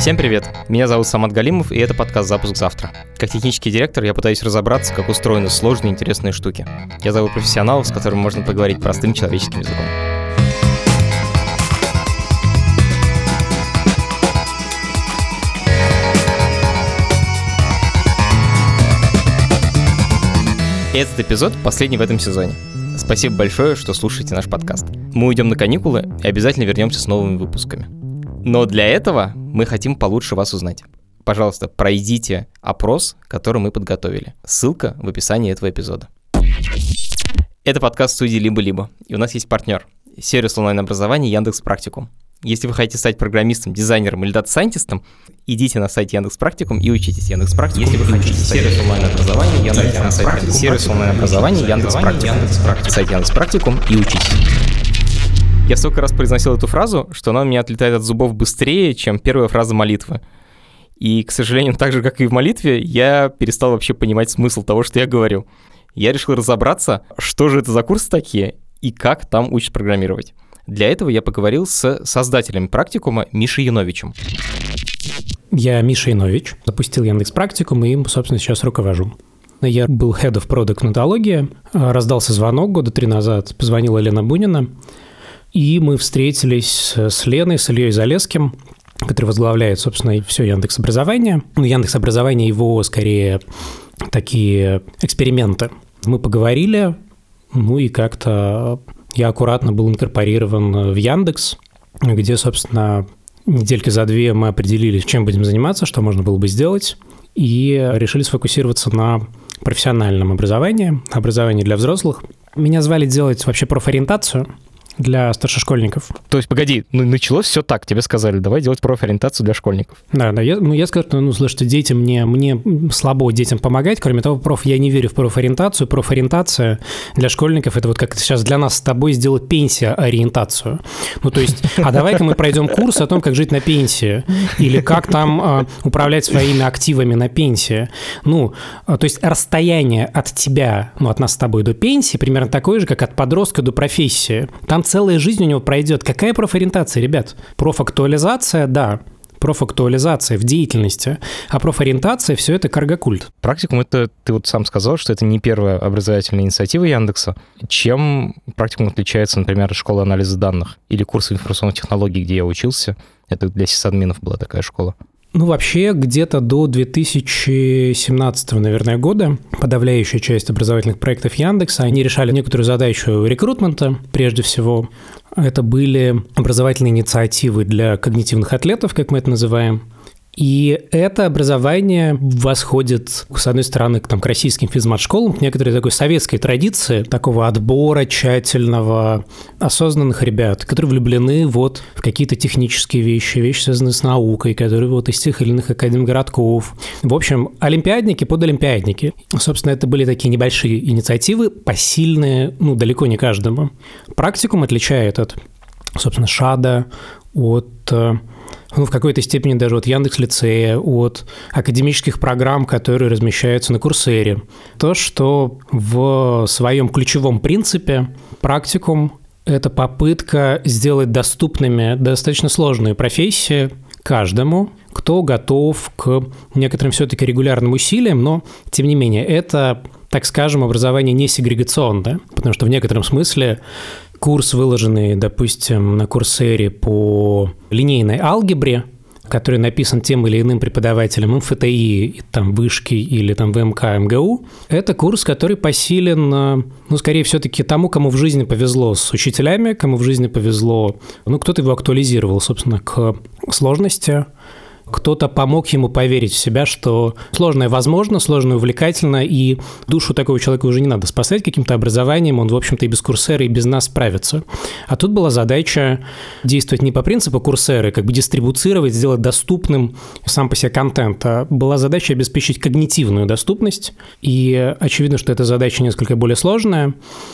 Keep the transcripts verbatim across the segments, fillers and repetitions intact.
Всем привет! Меня зовут Самат Галимов, и это подкаст «Запуск завтра». Как технический директор я пытаюсь разобраться, как устроены сложные и интересные штуки. Я зову профессионалов, с которыми можно поговорить простым человеческим языком. Этот эпизод последний в этом сезоне. Спасибо большое, что слушаете наш подкаст. Мы уйдем на каникулы и обязательно вернемся с новыми выпусками. Но для этого мы хотим получше вас узнать. Пожалуйста, пройдите опрос, который мы подготовили. Ссылка в описании этого эпизода. Это подкаст студии «Либо-либо», и у нас есть партнер – сервис онлайн-образования Яндекс.Практикум. Если вы хотите стать программистом, дизайнером или дата-сайентистом, идите на сайт Яндекс.Практикум и учитесь Яндекс.Практикум. Если вы хотите сервис онлайн-образования Яндекс.Практикум, сервис онлайн-образования Яндекс.Практикум, сайт Яндекс.Практикум и учитесь. Я столько раз произносил эту фразу, что она у меня отлетает от зубов быстрее, чем первая фраза молитвы. И, к сожалению, так же, как и в молитве, я перестал вообще понимать смысл того, что я говорю. Я решил разобраться, что же это за курсы такие и как там учат программировать. Для этого я поговорил с создателем практикума Мишей Яновичем. Я Миша Янович, запустил Яндекс.Практикум и им, собственно, сейчас руковожу. Я был Head of Product Нотологии, раздался звонок года три назад, позвонила Лена Бунина, и мы встретились с Леной, с Ильей Залесским, который возглавляет, собственно, все Яндекс.Образование. Ну, Яндекс.Образование, его, скорее, такие эксперименты. Мы поговорили, ну и как-то я аккуратно был инкорпорирован в Яндекс, где, собственно, недельки за две мы определились, чем будем заниматься, что можно было бы сделать, и решили сфокусироваться на профессиональном образовании, образовании для взрослых. Меня звали делать вообще профориентацию для старшешкольников. То есть, погоди, ну, началось все так, тебе сказали, давай делать профориентацию для школьников. Да, да, я, ну, я сказал, что, ну, слушайте, дети, мне, мне слабо детям помогать, кроме того, проф, я не верю в профориентацию, профориентация для школьников, это вот как сейчас для нас с тобой сделать пенсия-ориентацию. Ну, то есть, а давай-ка мы пройдем курс о том, как жить на пенсии, или как там а, управлять своими активами на пенсии. Ну, а, то есть, расстояние от тебя, ну, от нас с тобой до пенсии, примерно такое же, как от подростка до профессии. Там целая жизнь у него пройдет. Какая профориентация, ребят? Профактуализация, да. Профактуализация в деятельности. А профориентация – все это карго-культ. Практикум – это, ты вот сам сказал, что это не первая образовательная инициатива Яндекса. Чем практикум отличается, например, от школы анализа данных или курса информационных технологий, где я учился? Это для сисадминов была такая школа. Ну, вообще, где-то до две тысячи семнадцатого, наверное, года подавляющая часть образовательных проектов Яндекса, они решали некоторую задачу рекрутмента, прежде всего. Это были образовательные инициативы для когнитивных атлетов, как мы это называем. И это образование восходит, с одной стороны, к, там, к российским физмат-школам, к некоторой такой советской традиции, такого отбора тщательного, осознанных ребят, которые влюблены вот в какие-то технические вещи, вещи, связанные с наукой, которые вот из тех или иных академгородков. В общем, олимпиадники под олимпиадники. Собственно, это были такие небольшие инициативы, посильные, ну, далеко не каждому. Практикум отличает от, собственно, ШАДа, от... ну, в какой-то степени даже от Яндекс.Лицея, от академических программ, которые размещаются на Курсере. То, что в своем ключевом принципе практикум – это попытка сделать доступными достаточно сложные профессии каждому, кто готов к некоторым все-таки регулярным усилиям, но, тем не менее, это, так скажем, образование не сегрегационное, потому что в некотором смысле курс, выложенный, допустим, на Курсере по линейной алгебре, который написан тем или иным преподавателем эм эф тэ и, там, вышки или там вэ эм ка, эм гэ у, это курс, который посилен, ну, скорее все-таки тому, кому в жизни повезло с учителями, кому в жизни повезло, ну, кто-то его актуализировал, собственно, к сложности, кто-то помог ему поверить в себя, что сложное возможно, сложное увлекательно, и душу такого человека уже не надо спасать каким-то образованием, он, в общем-то, и без Курсера, и без нас справится. А тут была задача действовать не по принципу Курсеры, как бы дистрибуцировать, сделать доступным сам по себе контент, а была задача обеспечить когнитивную доступность, и очевидно, что эта задача несколько более сложная.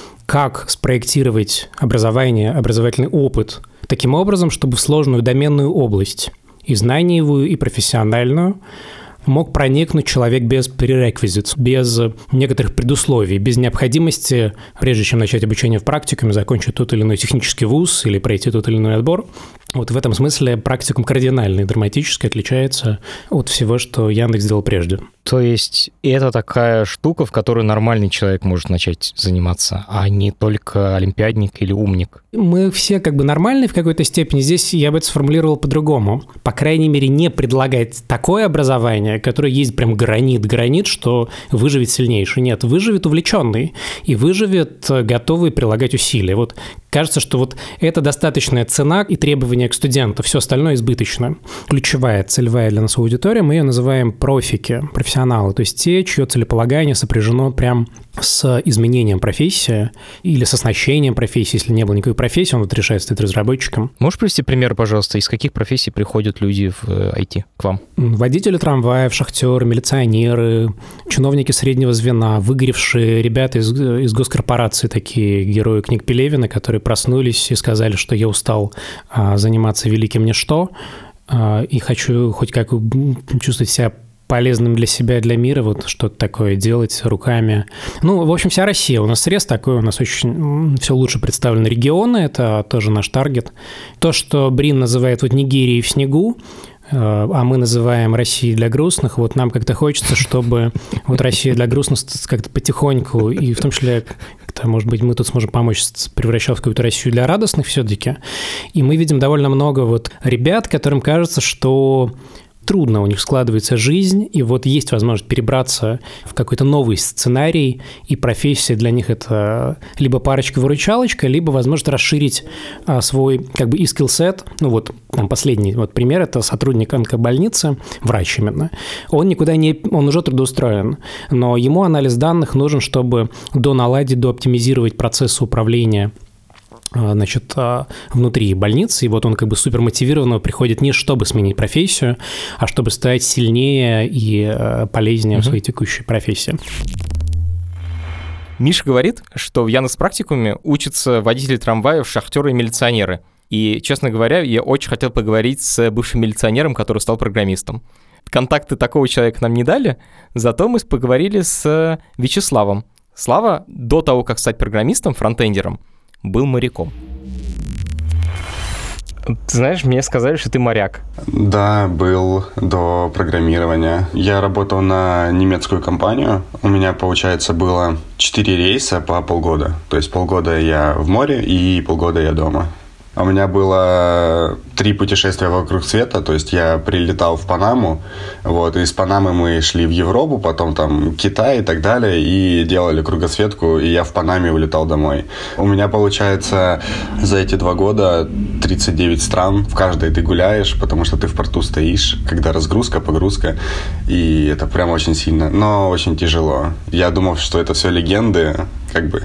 Как спроектировать образование, образовательный опыт таким образом, чтобы в сложную доменную область, и знаниевую, и профессиональную, мог проникнуть человек без prerequisites, без некоторых предусловий, без необходимости, прежде чем начать обучение в практикуме, закончить тот или иной технический вуз или пройти тот или иной отбор, Вот в этом смысле практикум кардинально и драматически отличается от всего, что Яндекс делал прежде. То есть это такая штука, в которой нормальный человек может начать заниматься, а не только олимпиадник или умник? Мы все как бы нормальные в какой-то степени. Здесь я бы это сформулировал по-другому. По крайней мере, не предлагать такое образование, которое есть прям гранит-гранит, что выживет сильнейший. Нет, выживет увлеченный и выживет готовый прилагать усилия. Вот кажется, что вот это достаточная цена и требования к студенту. Все остальное избыточно. Ключевая, целевая для нас аудитория, мы ее называем профики, профессионалы. То есть те, чье целеполагание сопряжено прям с изменением профессии или с оснащением профессии. Если не было никакой профессии, он вот решает стать разработчиком. Можешь привести пример, пожалуйста, из каких профессий приходят люди в ай ти к вам? Водители трамваев, шахтеры, милиционеры, чиновники среднего звена, выгоревшие ребята из, из госкорпорации, такие герои книг Пелевина, которые проснулись и сказали, что я устал а, заниматься великим ничто а, и хочу хоть как чувствовать себя полезным для себя и для мира, вот что-то такое делать руками. Ну, в общем, вся Россия. У нас срез такой, у нас очень все лучше представлены регионы, это тоже наш таргет. То, что Брин называет вот Нигерией в снегу, а мы называем Россией для грустных, вот нам как-то хочется, чтобы вот Россия для грустных как-то потихоньку, и в том числе, может быть, мы тут сможем помочь превращать в какую-то Россию для радостных все-таки. И мы видим довольно много вот ребят, которым кажется, что трудно у них складывается жизнь, и вот есть возможность перебраться в какой-то новый сценарий, и профессия для них это либо парочка-выручалочка, либо возможность расширить а, свой как бы и скиллсет. Ну вот там последний вот пример, это сотрудник онкобольницы, врач именно. Он никуда не, он уже трудоустроен, но ему анализ данных нужен, чтобы доналадить, дооптимизировать процессы управления значит, внутри больницы, и вот он как бы супер мотивированно приходит не чтобы сменить профессию, а чтобы стать сильнее и полезнее uh-huh. в своей текущей профессии. Миша говорит, что в Яндекс.Практикуме учатся водители трамваев, шахтеры и милиционеры. И, честно говоря, я очень хотел поговорить с бывшим милиционером, который стал программистом. Контакты такого человека нам не дали, зато мы поговорили с Вячеславом. Слава до того, как стать программистом, фронтендером, был моряком. Ты знаешь, мне сказали, что ты моряк. Да, был до программирования. Я работал на немецкую компанию. У меня, получается, было четыре рейса по полгода. То есть полгода я в море и полгода я дома. У меня было три путешествия вокруг света, то есть я прилетал в Панаму, вот, и из Панамы мы шли в Европу, потом там Китай и так далее, и делали кругосветку, и я в Панаме улетал домой. У меня, получается, за эти два года тридцать девять стран, в каждой ты гуляешь, потому что ты в порту стоишь, когда разгрузка, погрузка, и это прям очень сильно, но очень тяжело. Я думал, что это все легенды, как бы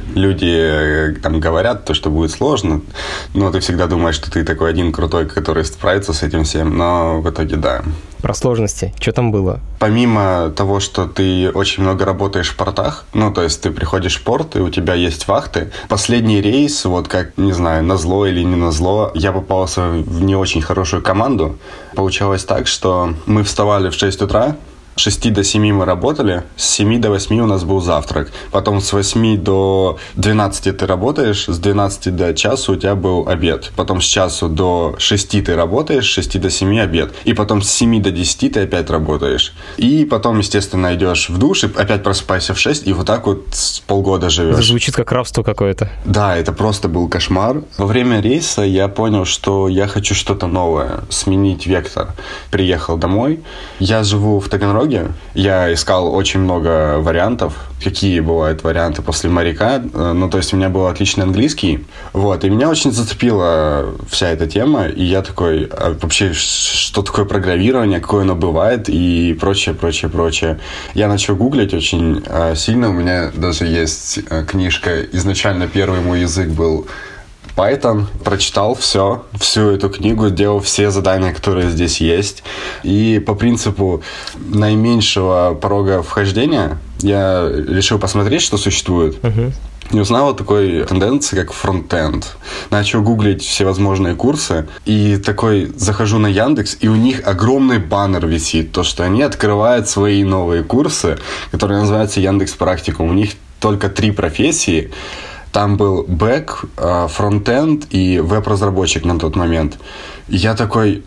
люди там говорят, то, что будет сложно, но ты всегда думаешь, что ты такой один крутой, который справится с этим всем, но в итоге да. Про сложности. Что там было? Помимо того, что ты очень много работаешь в портах, ну, то есть ты приходишь в порт, и у тебя есть вахты. Последний рейс, вот как, не знаю, назло или не назло, я попался в не очень хорошую команду. Получалось так, что мы вставали в шесть утра, с шести до семи мы работали, с семи до восьми у нас был завтрак. Потом с восьми до двенадцати ты работаешь, с двенадцати до часу у тебя был обед. Потом с часу до шести ты работаешь, с шести до семи обед. И потом с семи до десяти ты опять работаешь. И потом, естественно, идешь в душ и опять просыпаешься в шесть, и вот так вот с полгода живешь. Это звучит как рабство какое-то. Да, это просто был кошмар. Во время рейса я понял, что я хочу что-то новое, сменить вектор. Приехал домой. Я живу в Таганроге. Я искал очень много вариантов, какие бывают варианты после моряка. Ну, то есть у меня был отличный английский. Вот, и меня очень зацепила вся эта тема. И я такой, а вообще, что такое программирование, какое оно бывает и прочее, прочее, прочее. Я начал гуглить очень сильно. У меня даже есть книжка. Изначально первый мой язык был Python, прочитал все, всю эту книгу, делал все задания, которые здесь есть. И по принципу наименьшего порога вхождения я решил посмотреть, что существует. Uh-huh. И узнал о такой тенденции, как фронтенд. Начал гуглить всевозможные курсы. И такой захожу на Яндекс, и у них огромный баннер висит. То, что они открывают свои новые курсы, которые называются Яндекс.Практикум. У них только три профессии. Там был бэк, фронтенд и веб-разработчик на тот момент. И я такой...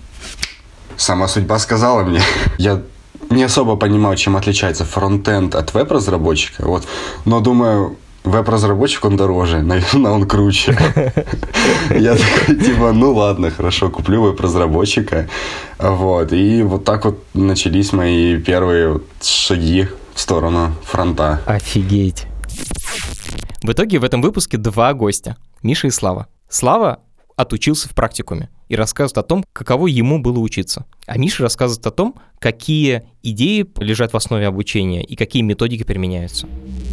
Сама судьба сказала мне. Я не особо понимал, чем отличается фронтенд от веб-разработчика. Вот. Но думаю, веб-разработчик, он дороже, наверное, он круче. Я такой, типа, ну ладно, хорошо, куплю веб-разработчика. Вот. И вот так вот начались мои первые шаги в сторону фронта. Офигеть. В итоге в этом выпуске два гостя. Миша и Слава. Слава отучился в практикуме и рассказывает о том, каково ему было учиться. А Миша рассказывает о том, какие идеи лежат в основе обучения и какие методики применяются.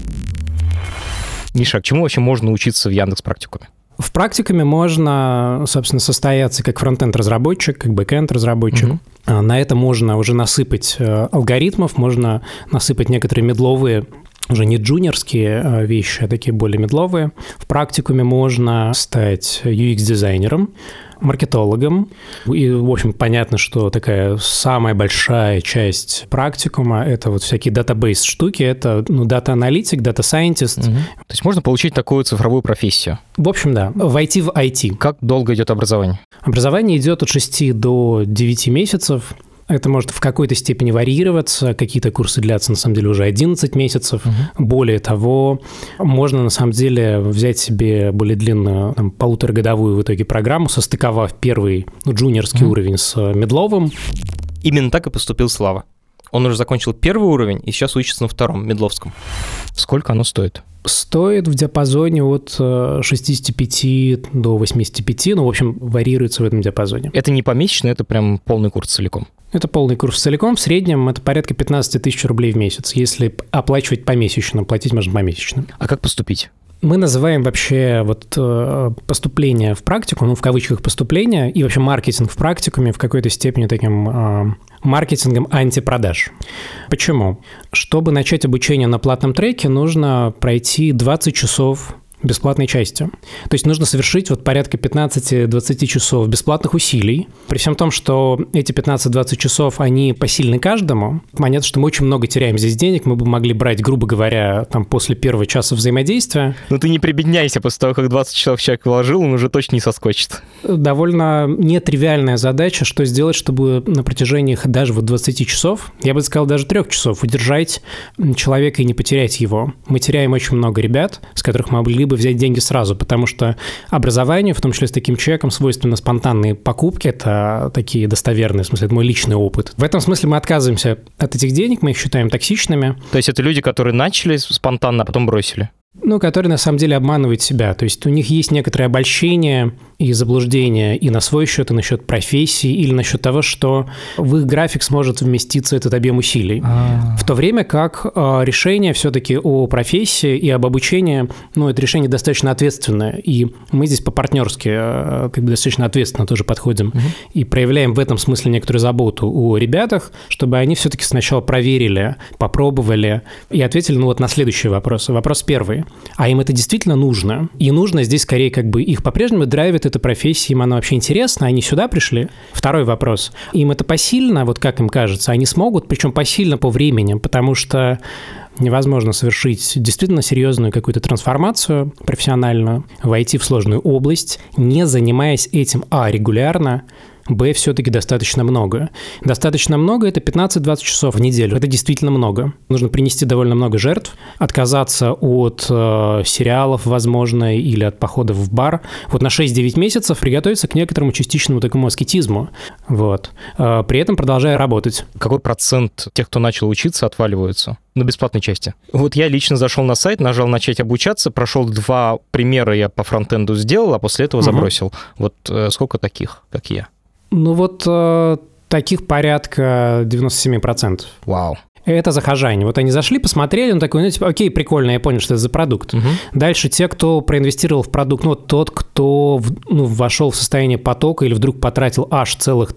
Миша, а чему вообще можно учиться в Яндекс.Практикуме? В практикуме можно, собственно, состояться как фронтенд-разработчик, как бэкенд-разработчик. Mm-hmm. На это можно уже насыпать алгоритмов, можно насыпать некоторые медловые, уже не джуниорские вещи, а такие более медловые. В практикуме можно стать ю экс-дизайнером, маркетологом. И, в общем, понятно, что такая самая большая часть практикума – это вот всякие датабейс-штуки, это ну, дата-аналитик, дата-сайентист. Угу. То есть можно получить такую цифровую профессию? В общем, да. Войти в ай ти. Как долго идет образование? Образование идет от шести до девяти месяцев. Это может в какой-то степени варьироваться. Какие-то курсы длятся, на самом деле, уже одиннадцать месяцев. Uh-huh. Более того, можно, на самом деле, взять себе более длинную, там, полуторагодовую в итоге программу, состыковав первый ну, джуниорский uh-huh. уровень с медловым. Именно так и поступил Слава. Он уже закончил первый уровень и сейчас учится на втором, медловском. Сколько оно стоит? Стоит в диапазоне от шестьдесят пять до восемьдесят пять, ну, в общем, варьируется в этом диапазоне. Это не помесячно, это прям полный курс целиком? Это полный курс целиком. В среднем это порядка пятнадцать тысяч рублей в месяц. Если оплачивать помесячно, платить можно помесячно. А как поступить? Мы называем вообще вот поступление в практику, ну, в кавычках поступление, и вообще маркетинг в практикуме в какой-то степени таким э, маркетингом антипродаж. Почему? Чтобы начать обучение на платном треке, нужно пройти двадцать часов бесплатной части. То есть нужно совершить вот порядка пятнадцать-двадцать часов бесплатных усилий. При всем том, что эти пятнадцать-двадцать часов, они посильны каждому. Понятно, что мы очень много теряем здесь денег. Мы бы могли брать, грубо говоря, там после первого часа взаимодействия. Ну ты не прибедняйся, после того, как двадцать часов человек вложил, он уже точно не соскочит. Довольно нетривиальная задача, что сделать, чтобы на протяжении даже вот двадцати часов, я бы сказал, даже трех часов, удержать человека и не потерять его. Мы теряем очень много ребят, с которых мы могли бы взять деньги сразу, потому что образование, в том числе с таким человеком, свойственно спонтанные покупки, это такие достоверные, в смысле, это мой личный опыт. В этом смысле мы отказываемся от этих денег, мы их считаем токсичными. То есть это люди, которые начали спонтанно, а потом бросили? Ну, которые на самом деле обманывают себя. То есть у них есть некоторое обольщение и заблуждение и на свой счет, и насчет профессии, или насчет того, что в их график сможет вместиться этот объем усилий. А-а-а. В то время как э, решение все-таки о профессии и об обучении, ну, это решение достаточно ответственное. И мы здесь по-партнерски э, как бы достаточно ответственно тоже подходим угу. и проявляем в этом смысле некоторую заботу о ребятах, чтобы они все-таки сначала проверили, попробовали и ответили ну, вот на следующие вопросы. Вопрос первый. А им это действительно нужно? И нужно здесь скорее как бы их по-прежнему драйвит эта профессия, им она вообще интересна, они сюда пришли? Второй вопрос. Им это посильно, вот как им кажется, они смогут, причем посильно по времени, потому что невозможно совершить действительно серьезную какую-то трансформацию профессиональную, войти в сложную область, не занимаясь этим, а, регулярно, б, все-таки достаточно много. Достаточно много – это пятнадцать-двадцать часов в неделю. Это действительно много. Нужно принести довольно много жертв, отказаться от э, сериалов, возможно, или от походов в бар. Вот на шесть-девять месяцев приготовиться к некоторому частичному такому аскетизму. Вот. Э, при этом продолжая работать. Какой процент тех, кто начал учиться, отваливаются на бесплатной части? Вот я лично зашел на сайт, нажал «Начать обучаться», прошел два примера, я по фронтенду сделал, а после этого забросил. Угу. Вот э, сколько таких, как я? Ну вот э, таких порядка девяносто семь процентов. Вау. Это захожане. Вот они зашли, посмотрели, он такой, ну, типа, окей, прикольно, я понял, что это за продукт. Угу. Дальше те, кто проинвестировал в продукт, ну, вот тот, кто ну, вошел в состояние потока или вдруг потратил аж целых там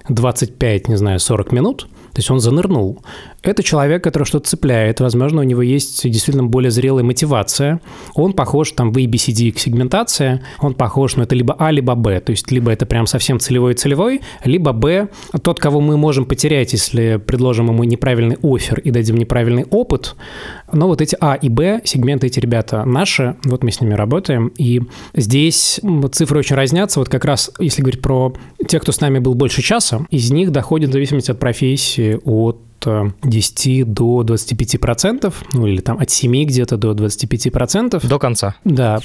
двадцать пять, не знаю, сорок минут, то есть он занырнул. Это человек, который что-то цепляет, возможно, у него есть действительно более зрелая мотивация. Он похож там в эй би си ди-сегментация, он похож, ну, это либо А, либо Б, то есть либо это прям совсем целевой-целевой, либо Б, тот, кого мы можем потерять, если предложим ему неправильный оффер и дадим неправильный опыт. Но вот эти А и Б сегменты, эти ребята наши, вот мы с ними работаем, и здесь цифры очень разнятся. Вот как раз, если говорить про тех, кто с нами был больше часа, из них доходит в зависимости от профессии от десяти до двадцати пяти процентов, ну или там от семи где-то до двадцати пяти процентов. До конца. Да.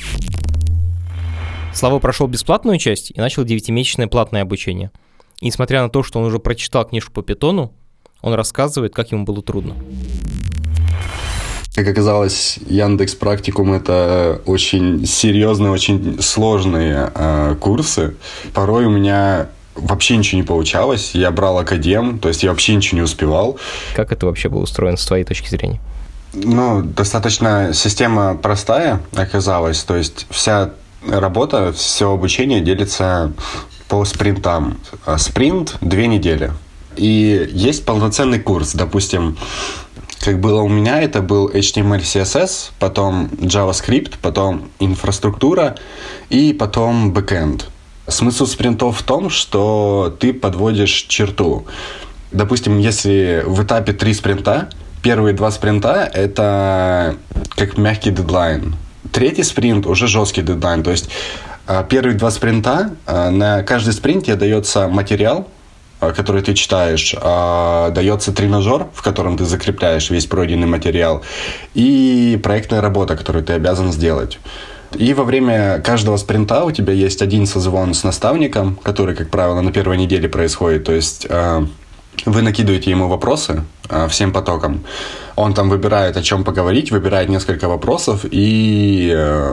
Слава прошел бесплатную часть и начал девятимесячное платное обучение. И несмотря на то, что он уже прочитал книжку по питону, он рассказывает, как ему было трудно. Как оказалось, Яндекс Практикум — это очень серьезные, очень сложные э, курсы. Порой у меня вообще ничего не получалось. Я брал академ, то есть я вообще ничего не успевал. Как это вообще было устроено с твоей точки зрения? Ну, достаточно система простая оказалась. То есть вся работа, все обучение делится по спринтам. Спринт – две недели. И есть полноценный курс. Допустим, как было у меня, это был эйч ти эм эль, си эс эс, потом JavaScript, потом инфраструктура и потом бэкэнд. Смысл спринтов в том, что ты подводишь черту. Допустим, если в этапе три спринта, первые два спринта – это как мягкий дедлайн. Третий спринт – уже жесткий дедлайн. То есть первые два спринта, на каждый спринт тебе дается материал, который ты читаешь, дается тренажер, в котором ты закрепляешь весь пройденный материал, и проектная работа, которую ты обязан сделать. И во время каждого спринта у тебя есть один созвон с наставником, который, как правило, на первой неделе происходит. То есть э, вы накидываете ему вопросы э, всем потоком. Он там выбирает, о чем поговорить, выбирает несколько вопросов, и э,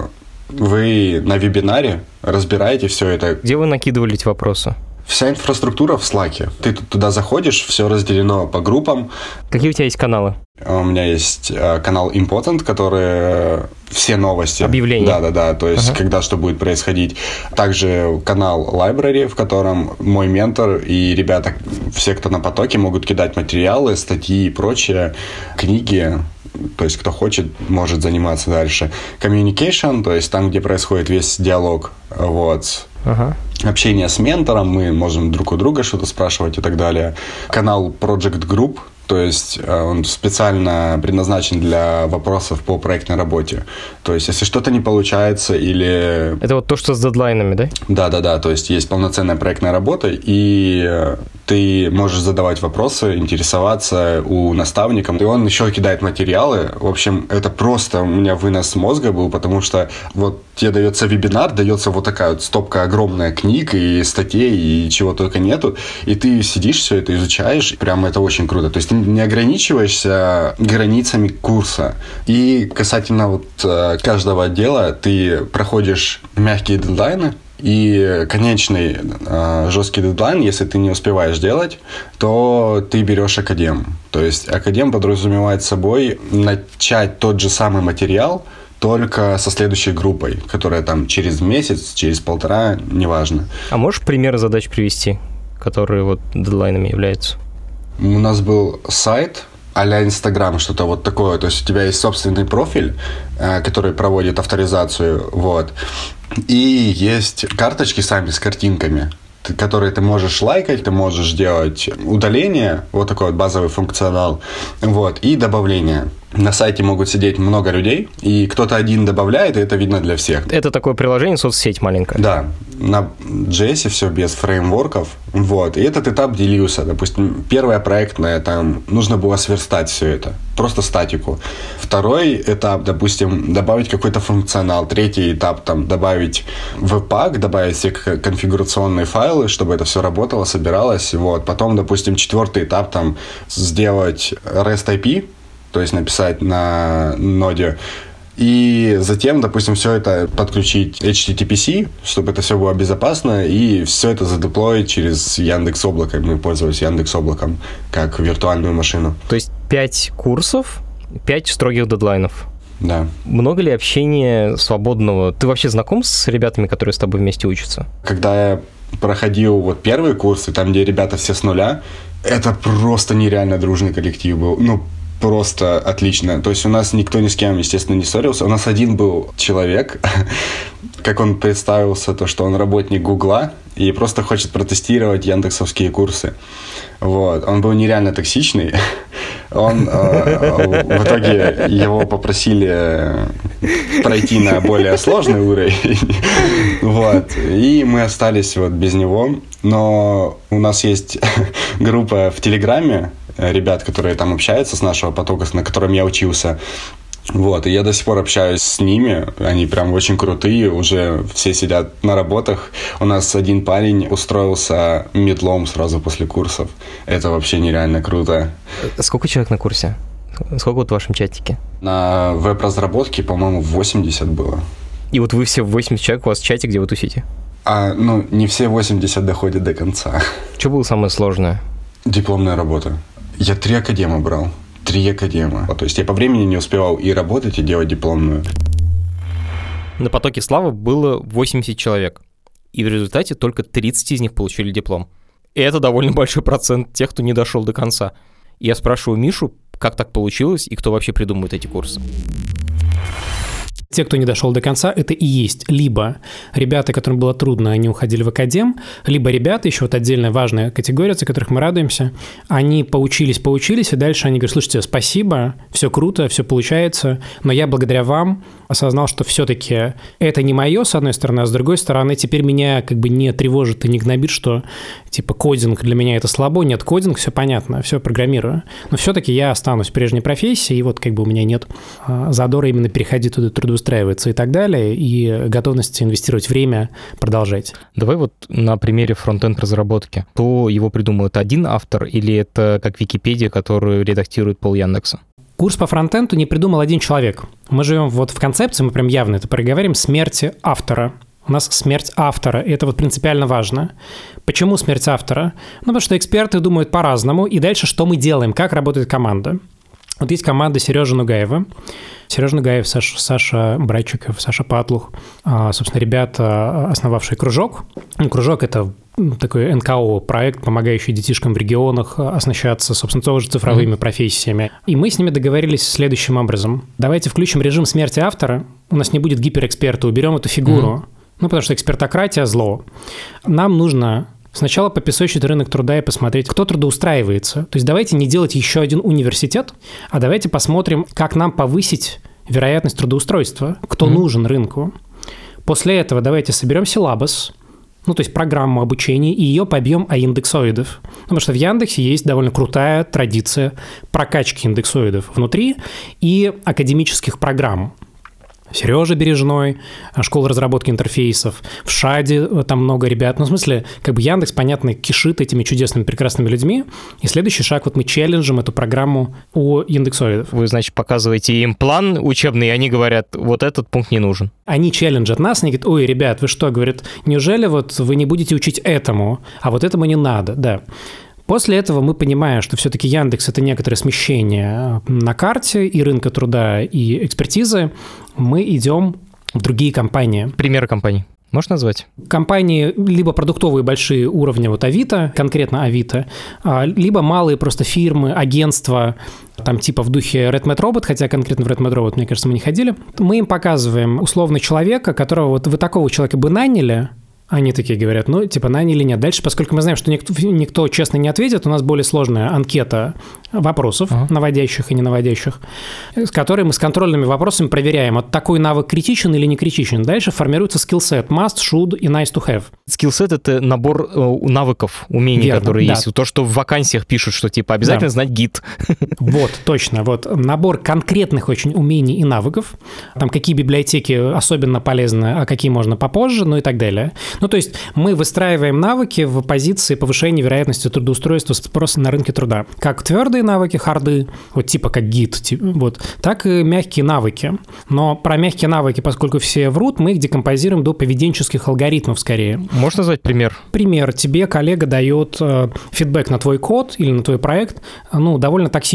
вы на вебинаре разбираете все это. Где вы накидывали эти вопросы? Вся инфраструктура в Slack. Ты туда заходишь, все разделено по группам. Какие у тебя есть каналы? У меня есть канал Important, который все новости. Объявления. Да-да-да, то есть ага. когда что будет происходить. Также канал Library, в котором мой ментор и ребята, все, кто на потоке, могут кидать материалы, статьи и прочее, книги. То есть кто хочет, может заниматься дальше. Communication, то есть там, где происходит весь диалог. Вот. Ага. Общение с ментором, мы можем друг у друга что-то спрашивать и так далее. Канал Project Group, то есть он специально предназначен для вопросов по проектной работе. То есть если что-то не получается или... Это вот то, что с дедлайнами, да? Да-да-да, то есть есть полноценная проектная работа, и ты можешь задавать вопросы, интересоваться у наставника, и он еще кидает материалы. В общем, это просто у меня вынос мозга был, потому что вот тебе дается вебинар, дается вот такая вот стопка огромная книг и статей, и чего только нету, и ты сидишь, все это изучаешь, прям это очень круто. То есть ты не ограничиваешься границами курса. И касательно вот каждого отдела ты проходишь мягкие дедлайны, и конечный э, жесткий дедлайн, если ты не успеваешь делать, то ты берешь академ. То есть академ подразумевает собой начать тот же самый материал, только со следующей группой, которая там через месяц, через полтора, неважно. А можешь примеры задач привести, которые вот дедлайнами являются? У нас был сайт а-ля Инстаграм, что-то вот такое. То есть у тебя есть собственный профиль, э, который проводит авторизацию, вот. И есть карточки сами с картинками, которые ты можешь лайкать, ты можешь делать удаление, вот такой вот базовый функционал, вот, и добавление. На сайте могут сидеть много людей, и кто-то один добавляет, и это видно для всех. Это такое приложение, соцсеть маленькая. Да, на джей эс все без фреймворков, вот, и этот этап делился. Допустим, первая проектная, там, нужно было сверстать все это, просто статику. Второй этап, допустим, добавить какой-то функционал. Третий этап, там, добавить веб-пак, добавить все конфигурационные файлы, чтобы это все работало, собиралось, вот. Потом, допустим, четвертый этап, там, сделать REST эй пи, то есть написать на ноде, и затем, допустим, все это подключить эйч ти ти пи си, чтобы это все было безопасно, и все это задеплоить через Яндекс.Облако. Мы пользовались Яндекс.Облаком как виртуальную машину. То есть пять курсов, пять строгих дедлайнов. Да. Много ли общения свободного? Ты вообще знаком с ребятами, которые с тобой вместе учатся? Когда я проходил вот первые курсы, там, где ребята все с нуля, это просто нереально дружный коллектив был. Ну, просто отлично. То есть у нас никто ни с кем, естественно, не ссорился. У нас один был человек, как он представился, то, что он работник Гугла и просто хочет протестировать яндексовские курсы. Вот. Он был нереально токсичный. Он, э, в итоге его попросили пройти на более сложный уровень. Вот. И мы остались вот без него. Но у нас есть группа в Телеграме ребят, которые там общаются с нашего потока, на котором я учился. Вот, и я до сих пор общаюсь с ними, они прям очень крутые, уже все сидят на работах. У нас один парень устроился медлом сразу после курсов. Это вообще нереально круто. Сколько человек на курсе? Сколько вот в вашем чатике? На веб-разработке, по-моему, восемьдесят было. И вот вы все восемьдесят человек, у вас в чате, где вы тусите? А, ну, не все восемьдесят доходят до конца. Что было самое сложное? Дипломная работа. Я три академа брал. Три академа. То есть я по времени не успевал и работать, и делать дипломную. На потоке славы было восемьдесят человек. И в результате только тридцать из них получили диплом. И это довольно большой процент тех, кто не дошел до конца. И я спрашиваю Мишу, как так получилось, и кто вообще придумывает эти курсы. Те, кто не дошел до конца, это и есть либо ребята, которым было трудно, они уходили в академ, либо ребята, еще вот отдельная важная категория, за которых мы радуемся, они поучились, поучились, и дальше они говорят: слушайте, спасибо, все круто, все получается, но я благодаря вам осознал, что все-таки это не мое, с одной стороны, а с другой стороны, теперь меня как бы не тревожит и не гнобит, что типа кодинг для меня это слабо. Нет, кодинг, все понятно, все программирую, но все-таки я останусь в прежней профессии, и вот как бы у меня нет задора именно переходить туда, трудоустраиваться и так далее, и готовности инвестировать время, продолжать. Давай вот на примере фронт-энд разработки. Кто его придумал? Это один автор или это как Википедия, которую редактирует пол Яндекса? Курс по фронтенду не придумал один человек. Мы живем вот в концепции, мы прям явно это проговорим, смерти автора. У нас смерть автора, и это вот принципиально важно. Почему смерть автора? Ну, потому что эксперты думают по-разному, и дальше что мы делаем, как работает команда. Вот есть команда Сережи Нугаева. Сережа Нугаев, Саша, Саша Братчиков, Саша Патлух. А, собственно, ребята, основавшие «Кружок». «Кружок» — это такой эн ка о-проект, помогающий детишкам в регионах оснащаться, собственно, тоже цифровыми mm-hmm. профессиями. И мы с ними договорились следующим образом. Давайте включим режим смерти автора. У нас не будет гиперэксперта, уберем эту фигуру. Mm-hmm. Ну, потому что экспертократия – зло. Нам нужно сначала попесочить рынок труда и посмотреть, кто трудоустраивается. То есть давайте не делать еще один университет, а давайте посмотрим, как нам повысить вероятность трудоустройства, кто mm-hmm. нужен рынку. После этого давайте соберем силабус, ну, то есть программу обучения, и ее побьем о индексоидов. Потому что в Яндексе есть довольно крутая традиция прокачки индексоидов внутри и академических программ. Сережа Бережной, школа разработки интерфейсов, в ШАДе там много ребят. Ну, в смысле, как бы Яндекс, понятно, кишит этими чудесными, прекрасными людьми. И следующий шаг, вот мы челленджим эту программу у индексоидов. Вы, значит, показываете им план учебный, и они говорят, вот этот пункт не нужен. Они челленджат нас, они говорят: ой, ребят, вы что, говорят, неужели вот вы не будете учить этому, а вот этому не надо, да. После этого мы понимаем, что все-таки Яндекс – это некоторое смещение на карте и рынка труда, и экспертизы. Мы идем в другие компании. Примеры компаний можешь назвать? Компании либо продуктовые большие уровня, вот Авито, конкретно Авито, либо малые просто фирмы, агентства, там типа в духе Red-Mat Robot, хотя конкретно в Red-Mat Robot, мне кажется, мы не ходили. Мы им показываем условно человека, которого вот вы такого человека бы наняли. Они такие говорят, ну, типа, наняли или нет. Дальше, поскольку мы знаем, что никто, никто честно не ответит, у нас более сложная анкета вопросов, ага. наводящих и не наводящих, с которой мы с контрольными вопросами проверяем, вот такой навык критичен или не критичен. Дальше формируется скиллсет, must, should и nice to have. Скиллсет — это набор э, навыков, умений, Верно, которые да. есть. То, что в вакансиях пишут, что, типа, обязательно да. знать гид. Вот, точно. Вот набор конкретных очень умений и навыков. Там какие библиотеки особенно полезны, а какие можно попозже, ну и так далее. Ну, то есть мы выстраиваем навыки в позиции повышения вероятности трудоустройства, спроса на рынке труда. Как твердые навыки, харды, вот типа как гид, типа, вот, так и мягкие навыки. Но про мягкие навыки, поскольку все врут, мы их декомпозируем до поведенческих алгоритмов скорее. Можешь назвать пример? Пример. Тебе коллега дает э, фидбэк на твой код или на твой проект, ну, довольно токсично.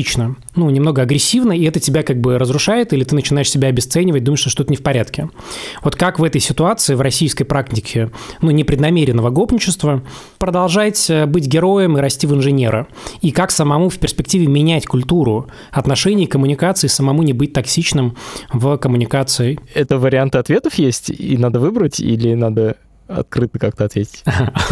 ну, немного агрессивно, и это тебя как бы разрушает, или ты начинаешь себя обесценивать, думаешь, что что-то не в порядке. Вот как в этой ситуации, в российской практике, ну, непреднамеренного гопничества, продолжать быть героем и расти в инженера? И как самому в перспективе менять культуру отношений, коммуникации, самому не быть токсичным в коммуникации? Это варианты ответов есть, и надо выбрать, или надо... открыто как-то ответить.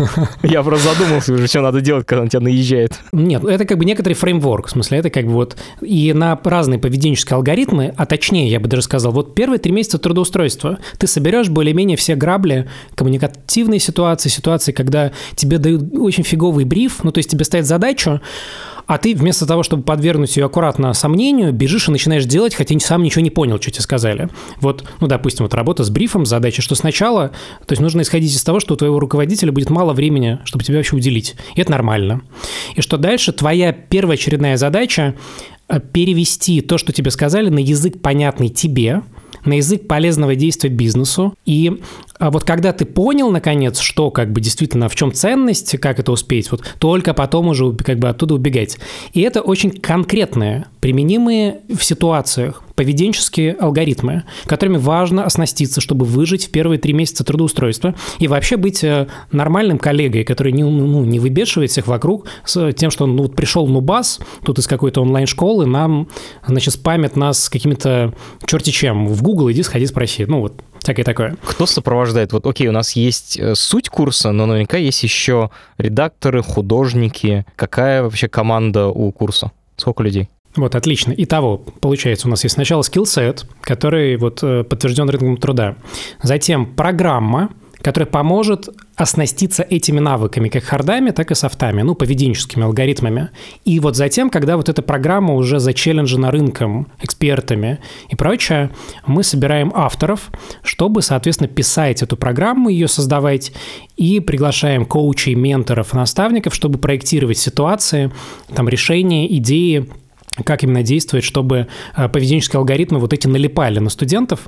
Я просто задумался уже, что надо делать, когда он тебя наезжает. Нет, это как бы некоторый фреймворк, в смысле, это как бы вот и на разные поведенческие алгоритмы, а точнее, я бы даже сказал, вот первые три месяца трудоустройства ты соберешь более-менее все грабли, коммуникативные ситуации, ситуации, когда тебе дают очень фиговый бриф, ну, то есть тебе ставят задачу, а ты вместо того, чтобы подвергнуть ее аккуратно сомнению, бежишь и начинаешь делать, хотя сам ничего не понял, что тебе сказали. Вот, ну, допустим, вот работа с брифом, задача, что сначала, то есть нужно исходить из того, что у твоего руководителя будет мало времени, чтобы тебя вообще уделить. И это нормально. И что дальше твоя первоочередная задача – перевести то, что тебе сказали, на язык, понятный тебе, на язык полезного действия бизнесу. И вот когда ты понял, наконец, что как бы действительно в чем ценность, как это успеть, вот только потом уже как бы оттуда убегать. И это очень конкретные, применимые в ситуациях поведенческие алгоритмы, которыми важно оснаститься, чтобы выжить в первые три месяца трудоустройства и вообще быть нормальным коллегой, который не, ну, не выбешивает всех вокруг с тем, что он ну, вот пришел нубас тут из какой-то онлайн-школы, нам, значит, спамит нас с какими-то черти чем. В Google иди, сходи, спроси. Ну вот, всякое такое. Кто сопровождает? Вот, окей, у нас есть суть курса, но наверняка есть еще редакторы, художники. Какая вообще команда у курса? Сколько людей? Вот, отлично. Итого, получается, у нас есть сначала скиллсет, который вот подтвержден рынком труда. Затем программа, которая поможет оснаститься этими навыками, как хардами, так и софтами, ну, поведенческими алгоритмами. И вот затем, когда вот эта программа уже зачелленджена рынком, экспертами и прочее, мы собираем авторов, чтобы, соответственно, писать эту программу, ее создавать, и приглашаем коучей, менторов, наставников, чтобы проектировать ситуации, там, решения, идеи, как именно действовать, чтобы поведенческие алгоритмы вот эти налипали на студентов,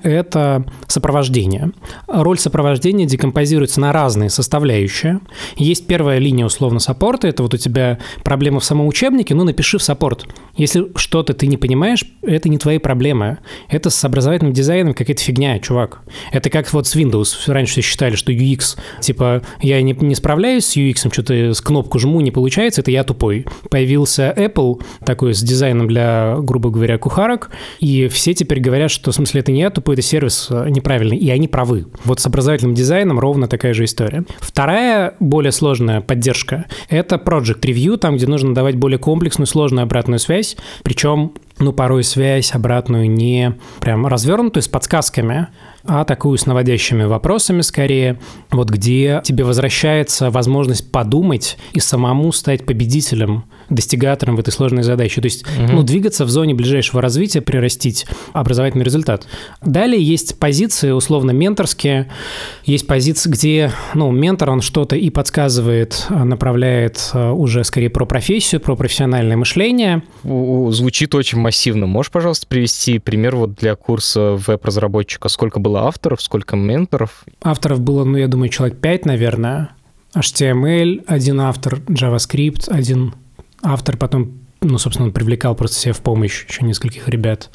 это сопровождение. Роль сопровождения декомпозируется на разные составляющие. Есть первая линия условно саппорта, это вот у тебя проблема в самом учебнике, ну напиши в саппорт. Если что-то ты не понимаешь, это не твои проблемы. Это с образовательным дизайном какая-то фигня, чувак. Это как вот с Windows. Раньше все считали, что ю экс, типа, я не, не справляюсь с ю экс, что-то с кнопку жму, не получается, это я тупой. Появился Apple, такой с дизайном для, грубо говоря, кухарок, и все теперь говорят, что в смысле это не я тупой, это сервис неправильный, и они правы. Вот с образовательным дизайном ровно такая же история. Вторая, более сложная поддержка – это Project Review, там, где нужно давать более комплексную, сложную обратную связь, причем, ну, порой связь обратную не прям развернутую, с подсказками, а такую с наводящими вопросами скорее, вот где тебе возвращается возможность подумать и самому стать победителем, достигатором в этой сложной задаче. То есть, угу. ну, двигаться в зоне ближайшего развития, прирастить образовательный результат. Далее есть позиции, условно, менторские. Есть позиции, где, ну, ментор, он что-то и подсказывает, направляет уже скорее про профессию, про профессиональное мышление. Звучит очень массивно. Можешь, пожалуйста, привести пример вот для курса веб-разработчика? Сколько было авторов, сколько менторов? Авторов было, ну, я думаю, человек пять, наверное. эйч ти эм эль, один автор, JavaScript, один автор, потом, ну, собственно, он привлекал просто себе в помощь еще нескольких ребят.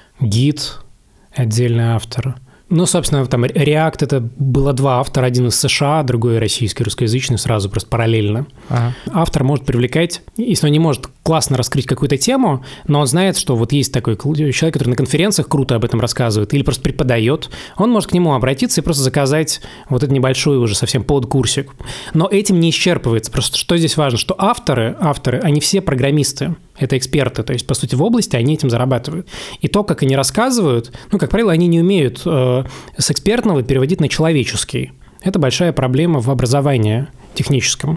Гид, отдельный автор. Ну, собственно, там React — это было два автора, один из США, другой российский, русскоязычный, сразу просто параллельно. Ага. Автор может привлекать, если он не может классно раскрыть какую-то тему, но он знает, что вот есть такой человек, который на конференциях круто об этом рассказывает или просто преподает, он может к нему обратиться и просто заказать вот этот небольшой уже совсем подкурсик. Но этим не исчерпывается. Просто что здесь важно, что авторы, авторы, они все программисты, это эксперты, то есть, по сути, в области они этим зарабатывают. И то, как они рассказывают, ну, как правило, они не умеют э, с экспертного переводить на человеческий. Это большая проблема в образовании техническом.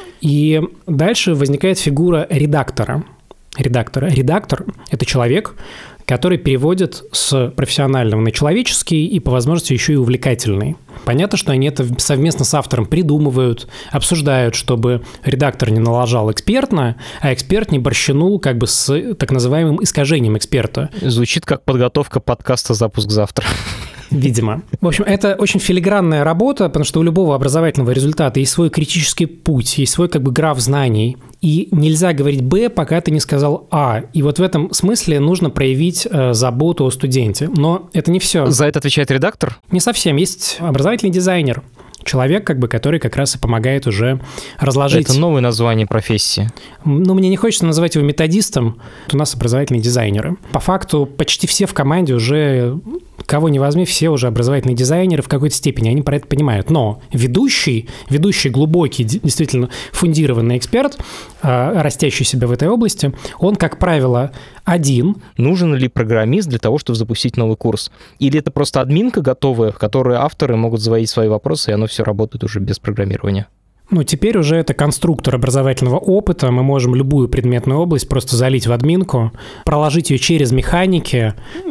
И дальше возникает фигура редактора. Редактора. Редактор – это человек, который переводит с профессионального на человеческий и, по возможности, еще и увлекательный. Понятно, что они это совместно с автором придумывают, обсуждают, чтобы редактор не налажал экспертно, а эксперт не борщанул как бы с так называемым искажением эксперта. Звучит как подготовка подкаста «Запуск завтра». видимо. В общем, это очень филигранная работа, потому что у любого образовательного результата есть свой критический путь, есть свой как бы граф знаний. И нельзя говорить «Б», пока ты не сказал «А». И вот в этом смысле нужно проявить э, заботу о студенте. Но это не все. За это отвечает редактор? Не совсем. Есть образовательный дизайнер. Человек, как бы, который как раз и помогает уже разложить... Это новое название профессии. Ну, мне не хочется называть его методистом. У нас образовательные дизайнеры. По факту почти все в команде уже, кого не возьми, все уже образовательные дизайнеры в какой-то степени, они про это понимают. Но ведущий, ведущий глубокий, действительно фундированный эксперт, растящий себя в этой области, он, как правило, один. Нужен ли программист для того, чтобы запустить новый курс? Или это просто админка готовая, в которой авторы могут заводить свои вопросы, и оно все работает уже без программирования? Ну, теперь уже это конструктор образовательного опыта. Мы можем любую предметную область просто залить в админку, проложить ее через механики.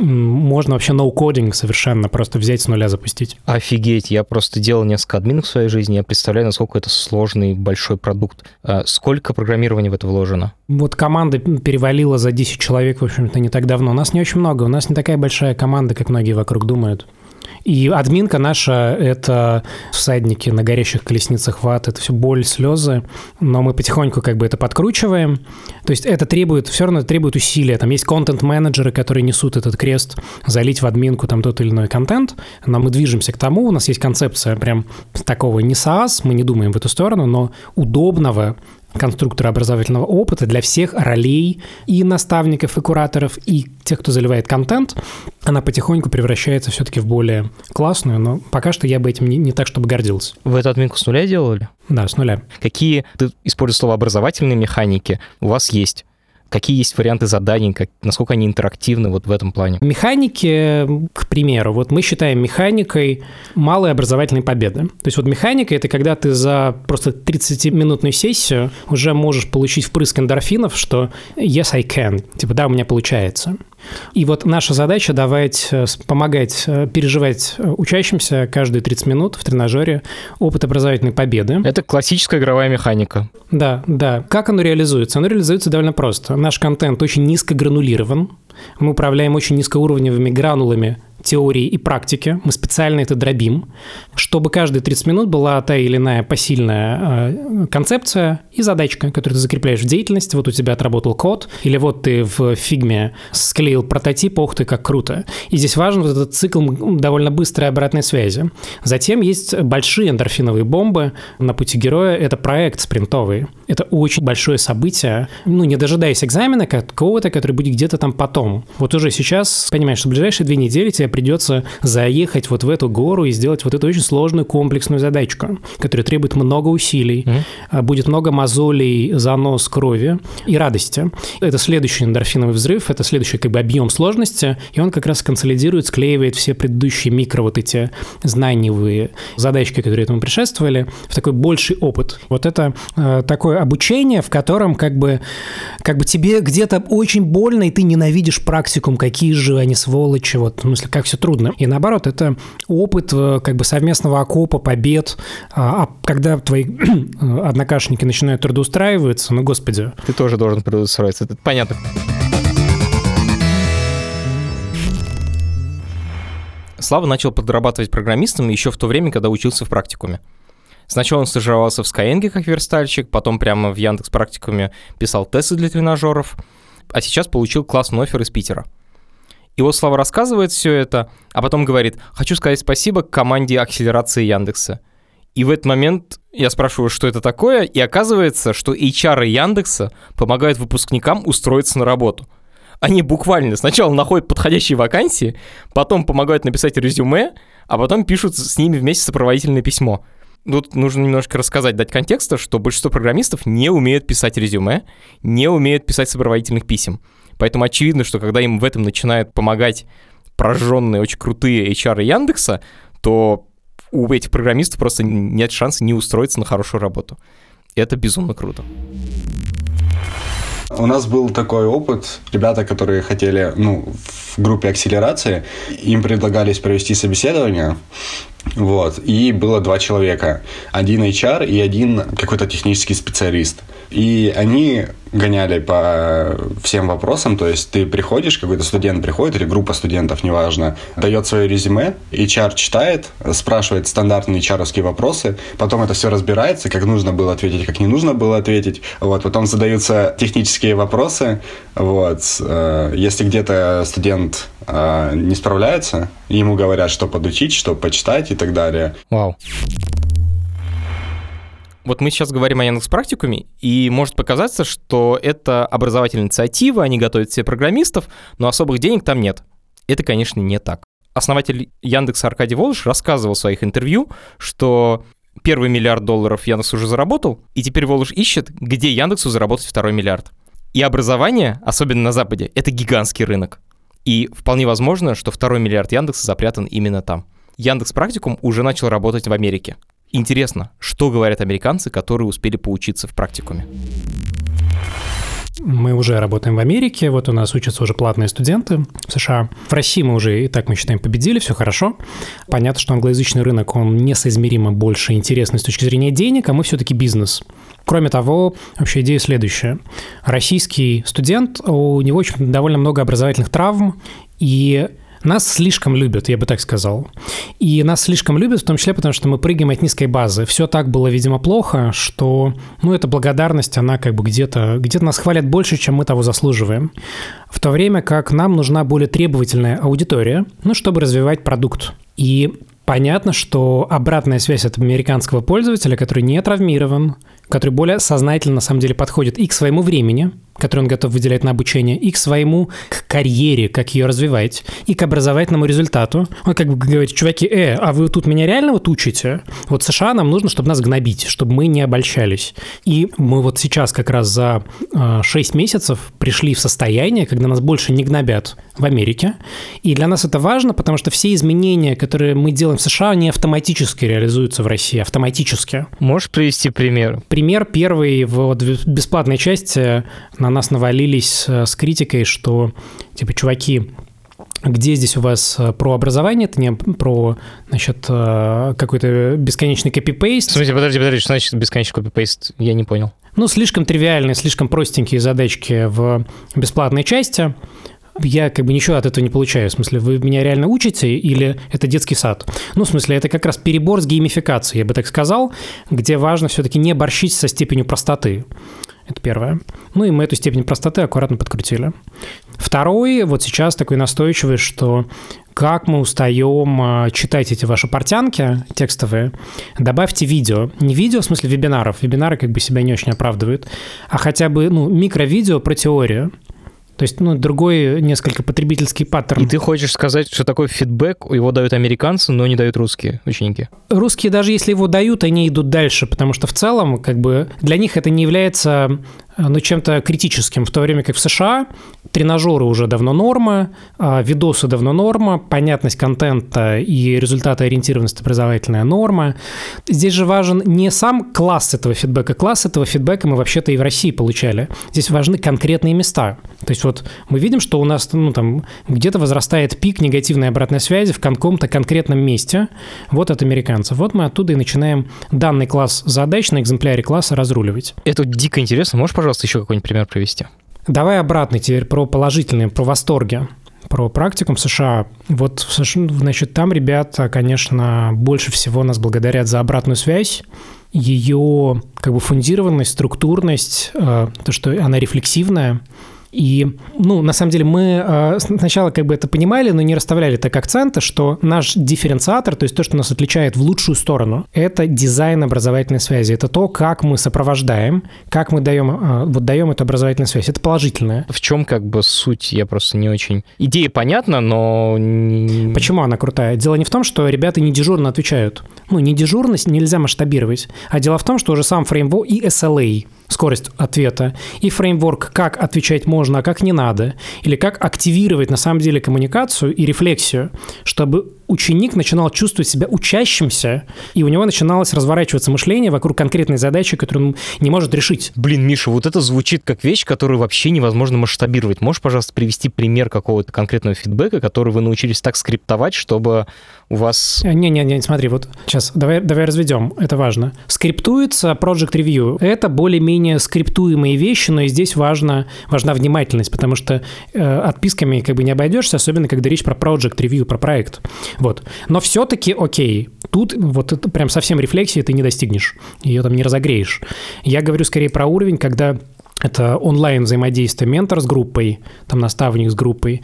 Можно вообще ноу-кодинг совершенно просто взять с нуля запустить. Офигеть, я просто делал несколько админок в своей жизни, я представляю, насколько это сложный большой продукт. Сколько программирования в это вложено? Вот команда перевалила за десять человек, в общем-то, не так давно. У нас не очень много, у нас не такая большая команда, как многие вокруг думают. И админка наша – это всадники на горящих колесницах в ад, это все боль, слезы, но мы потихоньку как бы это подкручиваем. То есть это требует, все равно требует усилия. Там есть контент-менеджеры, которые несут этот крест, залить в админку там тот или иной контент, но мы движемся к тому, у нас есть концепция прям такого не SaaS, мы не думаем в эту сторону, но удобного конструктора образовательного опыта для всех ролей и наставников, и кураторов, и тех, кто заливает контент, она потихоньку превращается все-таки в более классную, но пока что я бы этим не, не так, чтобы гордился. Вы эту админку с нуля делали? Да, с нуля. Какие, ты используешь слово «образовательные механики», у вас есть? Какие есть варианты заданий, как, насколько они интерактивны вот в этом плане? Механики, к примеру, вот мы считаем механикой малой образовательной победы. То есть вот механика – это когда ты за просто тридцатиминутную сессию уже можешь получить впрыск эндорфинов, что «yes, I can», типа «да, у меня получается». И вот наша задача давать, помогать переживать учащимся каждые тридцать минут в тренажере опыт образовательной победы. Это классическая игровая механика. Да, да. Как оно реализуется? Оно реализуется довольно просто. Наш контент очень низко гранулирован. Мы управляем очень низкоуровневыми гранулами теории и практики. Мы специально это дробим, чтобы каждые тридцать минут была та или иная посильная э, концепция и задачка, которую ты закрепляешь в деятельности. Вот у тебя отработал код, или вот ты в фигме склеил прототип, ох ты, как круто. И здесь важен вот этот цикл довольно быстрой обратной связи. Затем есть большие эндорфиновые бомбы на пути героя. Это проект спринтовый. Это очень большое событие. Ну, не дожидаясь экзамена какого-то, который будет где-то там потом. Вот уже сейчас понимаешь, что в ближайшие две недели тебе придется заехать вот в эту гору и сделать вот эту очень сложную комплексную задачку, которая требует много усилий, mm-hmm. будет много мозолей, занос крови и радости. Это следующий эндорфиновый взрыв, это следующий как бы объем сложности, и он как раз консолидирует, склеивает все предыдущие микро вот эти знаниевые задачки, которые этому предшествовали, в такой больший опыт. Вот это э, такое обучение, в котором как бы, как бы тебе где-то очень больно, и ты ненавидишь практикум, какие же они сволочи, вот, в смысле, как все трудно. И наоборот, это опыт как бы совместного окопа, побед. А когда твои однокашники начинают трудоустраиваться, ну, господи. Ты тоже должен трудоустроиться, это понятно. Слава начал подрабатывать программистом еще в то время, когда учился в практикуме. Сначала он стажировался в Skyeng как верстальщик, потом прямо в Яндекс.Практикуме писал тесты для тренажеров, а сейчас получил классный оффер из Питера. И вот Слава рассказывает все это, а потом говорит: хочу сказать спасибо команде акселерации Яндекса. И в этот момент я спрашиваю, что это такое, и оказывается, что эйч ар Яндекса помогают выпускникам устроиться на работу. Они буквально сначала находят подходящие вакансии, потом помогают написать резюме, а потом пишут с ними вместе сопроводительное письмо. Тут нужно немножко рассказать, дать контекста, что большинство программистов не умеют писать резюме, не умеют писать сопроводительных писем. Поэтому очевидно, что когда им в этом начинают помогать прожженные, очень крутые эйч ар Яндекса, то у этих программистов просто нет шанса не устроиться на хорошую работу. И это безумно круто. У нас был такой опыт. Ребята, которые хотели, ну, в группе акселерации, им предлагались провести собеседование. Вот. И было два человека. Один эйч ар и один какой-то технический специалист. И они гоняли по всем вопросам, то есть ты приходишь, какой-то студент приходит, или группа студентов, неважно, дает свое резюме, эйч ар читает, спрашивает стандартные эйч ар-овские вопросы, потом это все разбирается, как нужно было ответить, как не нужно было ответить, вот, потом задаются технические вопросы, вот, если где-то студент не справляется, ему говорят, что подучить, что почитать и так далее. Вау. Вот мы сейчас говорим о Яндекс.Практикуме, и может показаться, что это образовательная инициатива, они готовят себе программистов, но особых денег там нет. Это, конечно, не так. Основатель Яндекса Аркадий Волож рассказывал в своих интервью, что первый миллиард долларов Яндекс уже заработал, и теперь Волож ищет, где Яндексу заработать второй миллиард. И образование, особенно на Западе, это гигантский рынок. И вполне возможно, что второй миллиард Яндекса запрятан именно там. Яндекс.Практикум уже начал работать в Америке. Интересно, что говорят американцы, которые успели поучиться в практикуме? Мы уже работаем в Америке, вот у нас учатся уже платные студенты в США. В России мы уже, и так мы считаем, победили, все хорошо. Понятно, что англоязычный рынок, он несоизмеримо больше интересный с точки зрения денег, а мы все-таки бизнес. Кроме того, вообще идея следующая. Российский студент, у него очень довольно много образовательных травм, и нас слишком любят, я бы так сказал. И нас слишком любят, в том числе потому, что мы прыгаем от низкой базы. Все так было, видимо, плохо, что, ну, эта благодарность, она как бы где-то, где-то нас хвалят больше, чем мы того заслуживаем. В то время как нам нужна более требовательная аудитория, ну, чтобы развивать продукт. И понятно, что обратная связь от американского пользователя, который не травмирован, который более сознательно, на самом деле, подходит и к своему времени, который он готов выделять на обучение, и к своему, к карьере, как ее развивать, и к образовательному результату. Он как бы говорит: чуваки, э, а вы тут меня реально вот учите? Вот в США нам нужно, чтобы нас гнобить, чтобы мы не обольщались. И мы вот сейчас как раз за э, шесть месяцев пришли в состояние, когда нас больше не гнобят в Америке. И для нас это важно, потому что все изменения, которые мы делаем в США, они автоматически реализуются в России, автоматически. Можешь привести пример? Пример первый. В бесплатной части на нас навалились с критикой, что, типа, чуваки, где здесь у вас про образование, это не про, значит, какой-то бесконечный копипейст. В смысле, подожди, подожди, что значит бесконечный копипейст? Я не понял. Ну, слишком тривиальные, слишком простенькие задачки в бесплатной части. Я как бы ничего от этого не получаю. В смысле, вы меня реально учите или это детский сад? Ну, в смысле, это как раз перебор с геймификацией, я бы так сказал, где важно все-таки не борщить со степенью простоты. Это первое. Ну и мы эту степень простоты аккуратно подкрутили. Второй, вот сейчас такой настойчивый, что как мы устаем читать эти ваши портянки текстовые, добавьте видео. Не видео, в смысле вебинаров. Вебинары как бы себя не очень оправдывают, а хотя бы, ну, микровидео про теорию. То есть, ну, другой несколько потребительский паттерн. И ты хочешь сказать, что такой фидбэк его дают американцы, но не дают русские ученики? Русские, даже если его дают, они идут дальше, потому что в целом, как бы, для них это не является, ну, чем-то критическим, в то время как в США тренажеры уже давно норма, видосы давно норма, понятность контента и результатоориентированность образовательная норма. Здесь же важен не сам класс этого фидбэка. Класс этого фидбэка мы вообще-то и в России получали. Здесь важны конкретные места. То есть вот мы видим, что у нас, ну, там, где-то возрастает пик негативной обратной связи в каком-то конкретном месте. Вот от американцев. Вот мы оттуда и начинаем данный класс задач на экземпляре класса разруливать. Это дико интересно. Можешь, пожалуйста, еще какой-нибудь пример привести? Давай обратно теперь про положительные, про восторги, про практикум в США. Вот, значит, там ребята, конечно, больше всего нас благодарят за обратную связь, ее как бы фундированность, структурность, то, что она рефлексивная. И, ну, на самом деле мы э, сначала как бы это понимали, но не расставляли так акценты, что наш дифференциатор, то есть то, что нас отличает в лучшую сторону, это дизайн образовательной связи. Это то, как мы сопровождаем, как мы даем, э, вот даем эту образовательную связь. Это положительное. В чем как бы суть? Я просто не очень... Идея понятна, но... Почему она крутая? Дело не в том, что ребята не дежурно отвечают. Ну, не дежурность нельзя масштабировать. А дело в том, что уже сам фреймворк и эс эл эй, скорость ответа, и фреймворк, как отвечать можно, а как не надо, или как активировать на самом деле коммуникацию и рефлексию, чтобы ученик начинал чувствовать себя учащимся, и у него начиналось разворачиваться мышление вокруг конкретной задачи, которую он не может решить. Блин, Миша, вот это звучит как вещь, которую вообще невозможно масштабировать. Можешь, пожалуйста, привести пример какого-то конкретного фидбэка, который вы научились так скриптовать, чтобы у вас... Не-не-не, смотри, вот сейчас давай, давай разведем, это важно. Скриптуется Project Review. Это более-менее скриптуемые вещи, но и здесь важно, важна внимательность, потому что э, отписками как бы не обойдешься, особенно когда речь про Project Review, про проект. Вот. Но все-таки окей, тут вот это прям совсем рефлексии ты не достигнешь, ее там не разогреешь. Я говорю скорее про уровень, когда это онлайн взаимодействие ментор с группой, там наставник с группой,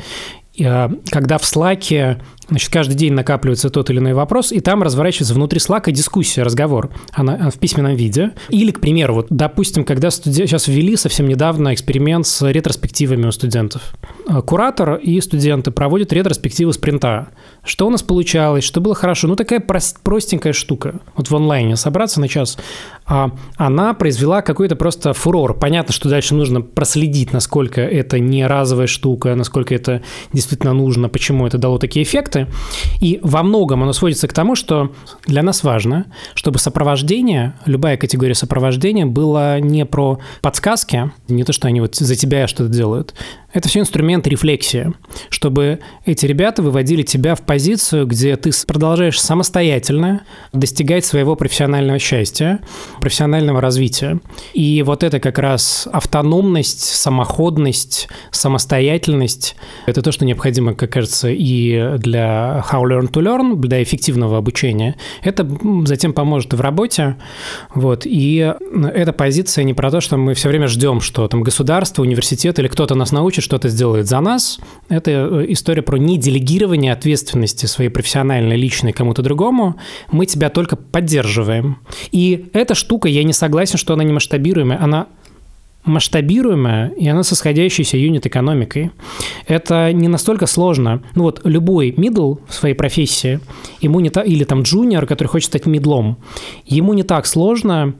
когда в Slack'е, значит, каждый день накапливается тот или иной вопрос, и там разворачивается внутри Slack'а дискуссия, разговор она в письменном виде. Или, к примеру, вот, допустим, когда студенты сейчас ввели совсем недавно эксперимент с ретроспективами у студентов. Куратор и студенты проводят ретроспективы спринта. Что у нас получалось, что было хорошо. Ну, такая прост, простенькая штука. Вот в онлайне собраться на час. А она произвела какой-то просто фурор. Понятно, что дальше нужно проследить, насколько это не разовая штука, насколько это действительно нужно, почему это дало такие эффекты. И во многом оно сводится к тому, что для нас важно, чтобы сопровождение, любая категория сопровождения была не про подсказки, не то, что они вот за тебя что-то делают. Это все инструмент рефлексии, чтобы эти ребята выводили тебя в позицию, где ты продолжаешь самостоятельно достигать своего профессионального счастья, профессионального развития. И вот это как раз автономность, самоходность, самостоятельность – это то, что необходимо, как кажется, и для how learn to learn, для эффективного обучения. Это затем поможет и в работе. Вот. И эта позиция не про то, что мы все время ждем, что там государство, университет или кто-то нас научит, что-то сделает за нас. Это история про неделегирование ответственности своей профессиональной, личной кому-то другому. Мы тебя только поддерживаем. И эта штука, я не согласен, что она не масштабируемая. Она масштабируемая, и она с исходящейся юнит-экономикой. Это не настолько сложно. Ну вот любой middle в своей профессии, ему не та, или там джуниор, который хочет стать мидлом, ему не так сложно,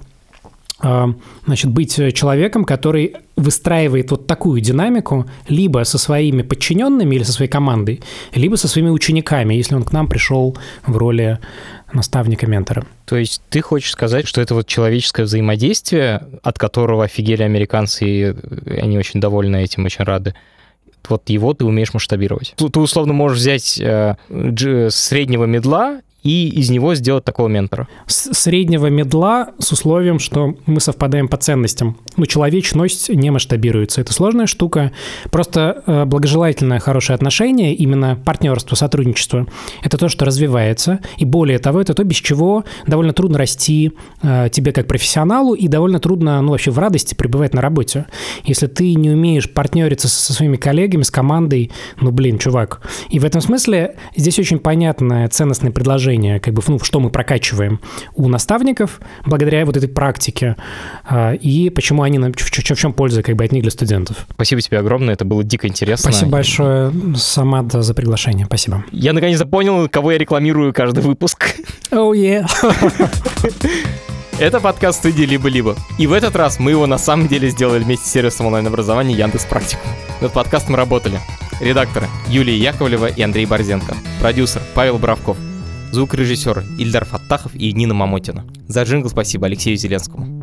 значит, быть человеком, который выстраивает вот такую динамику либо со своими подчиненными или со своей командой, либо со своими учениками, если он к нам пришел в роли наставника-ментора. То есть ты хочешь сказать, что это вот человеческое взаимодействие, от которого офигели американцы, и они очень довольны этим, очень рады, вот его ты умеешь масштабировать. Ты, ты условно можешь взять э, дж, среднего медла и из него сделать такого ментора. С среднего медла с условием, что мы совпадаем по ценностям. Ну, человечность не масштабируется. Это сложная штука. Просто э, благожелательное, хорошее отношение, именно партнерство, сотрудничество, это то, что развивается. И более того, это то, без чего довольно трудно расти э, тебе как профессионалу и довольно трудно, ну, вообще в радости пребывать на работе. Если ты не умеешь партнериться со, со своими коллегами, с командой, ну, блин, чувак. И в этом смысле здесь очень понятное ценностное предложение, как бы, ну, что мы прокачиваем у наставников благодаря вот этой практике, и почему они, в, в, в чем польза как бы от них для студентов. Спасибо тебе огромное, это было дико интересно. Спасибо большое, Самат, за приглашение, спасибо. Я наконец-то понял, кого я рекламирую каждый выпуск. Oh yeah. Это подкаст студии «Либо-либо». И в этот раз мы его на самом деле сделали вместе с сервисом онлайн-образования Яндекс.Практикум. Над подкастом работали редакторы Юлия Яковлева и Андрей Борзенко, продюсер Павел Бравков, звукорежиссеры Ильдар Фаттахов и Нина Мамотина. За джингл спасибо Алексею Зеленскому.